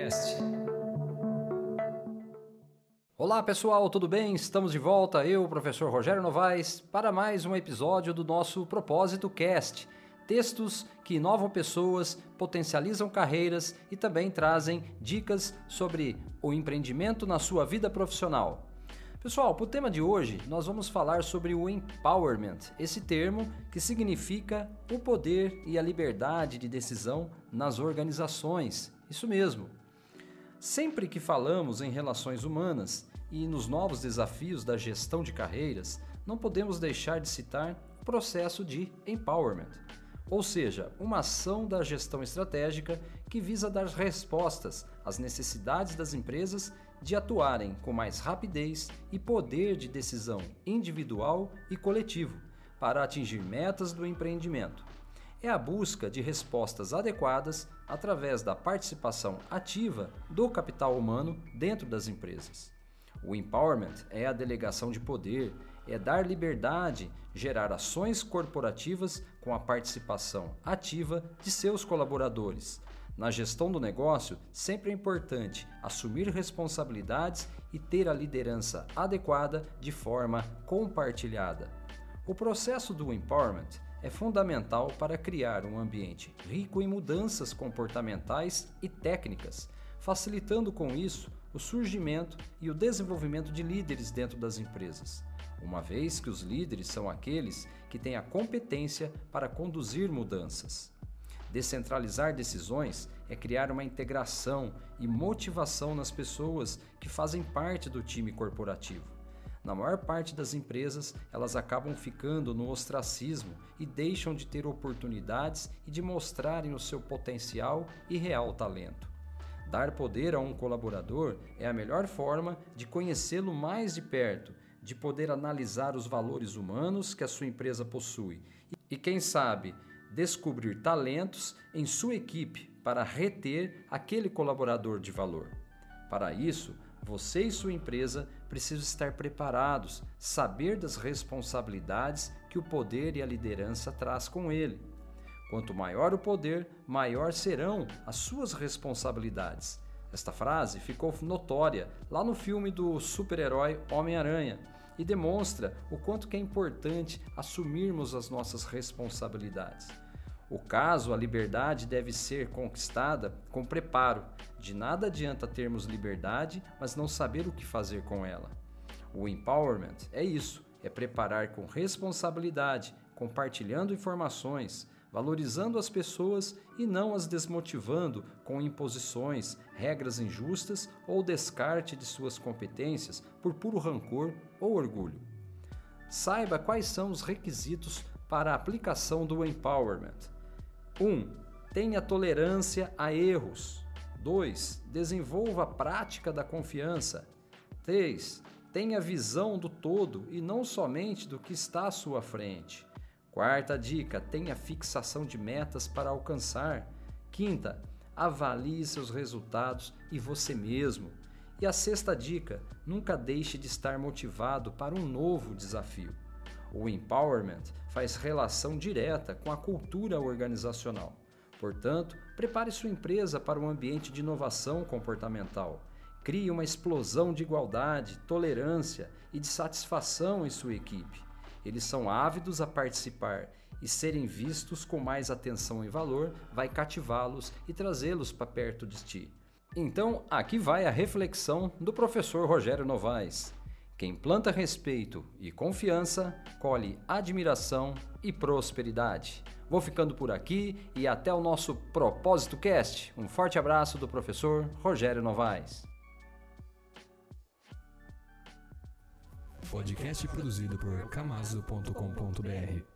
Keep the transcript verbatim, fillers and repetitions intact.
Cast. Olá pessoal, tudo bem? Estamos de volta, eu, professor Rogério Novaes, para mais um episódio do nosso Propósito Cast. Textos que inovam pessoas, potencializam carreiras e também trazem dicas sobre o empreendimento na sua vida profissional. Pessoal, para o tema de hoje, nós vamos falar sobre o empowerment, esse termo que significa o poder e a liberdade de decisão nas organizações. Isso mesmo. Sempre que falamos em relações humanas e nos novos desafios da gestão de carreiras, não podemos deixar de citar o processo de empowerment, ou seja, uma ação da gestão estratégica que visa dar respostas às necessidades das empresas de atuarem com mais rapidez e poder de decisão individual e coletivo para atingir metas do empreendimento. É a busca de respostas adequadas através da participação ativa do capital humano dentro das empresas. O empowerment é a delegação de poder, é dar liberdade, gerar ações corporativas com a participação ativa de seus colaboradores. Na gestão do negócio, sempre é importante assumir responsabilidades e ter a liderança adequada de forma compartilhada. O processo do empowerment é fundamental para criar um ambiente rico em mudanças comportamentais e técnicas, facilitando com isso o surgimento e o desenvolvimento de líderes dentro das empresas, uma vez que os líderes são aqueles que têm a competência para conduzir mudanças. Descentralizar decisões é criar uma integração e motivação nas pessoas que fazem parte do time corporativo. Na maior parte das empresas, elas acabam ficando no ostracismo e deixam de ter oportunidades e de mostrarem o seu potencial e real talento. Dar poder a um colaborador é a melhor forma de conhecê-lo mais de perto, de poder analisar os valores humanos que a sua empresa possui e, quem sabe, descobrir talentos em sua equipe para reter aquele colaborador de valor. Para isso, você e sua empresa precisam estar preparados, saber das responsabilidades que o poder e a liderança traz com ele. Quanto maior o poder, maior serão as suas responsabilidades. Esta frase ficou notória lá no filme do super-herói Homem-Aranha e demonstra o quanto que é importante assumirmos as nossas responsabilidades. O caso, a liberdade deve ser conquistada com preparo. De nada adianta termos liberdade, mas não saber o que fazer com ela. O empowerment é isso, é preparar com responsabilidade, compartilhando informações, valorizando as pessoas e não as desmotivando com imposições, regras injustas ou descarte de suas competências por puro rancor ou orgulho. Saiba quais são os requisitos para a aplicação do empowerment. um. Tenha tolerância a erros. dois. Desenvolva a prática da confiança. três. Tenha visão do todo e não somente do que está à sua frente. Quarta dica, tenha fixação de metas para alcançar. Quinta, avalie seus resultados e você mesmo. E a sexta dica, nunca deixe de estar motivado para um novo desafio. O empowerment faz relação direta com a cultura organizacional. Portanto, prepare sua empresa para um ambiente de inovação comportamental. Crie uma explosão de igualdade, tolerância e de satisfação em sua equipe. Eles são ávidos a participar e serem vistos com mais atenção e valor vai cativá-los e trazê-los para perto de ti. Então, aqui vai a reflexão do professor Rogério Novaes. Quem planta respeito e confiança, colhe admiração e prosperidade. Vou ficando por aqui e até o nosso Propósito Cast. Um forte abraço do professor Rogério Novaes. Podcast produzido por camazo ponto com ponto br.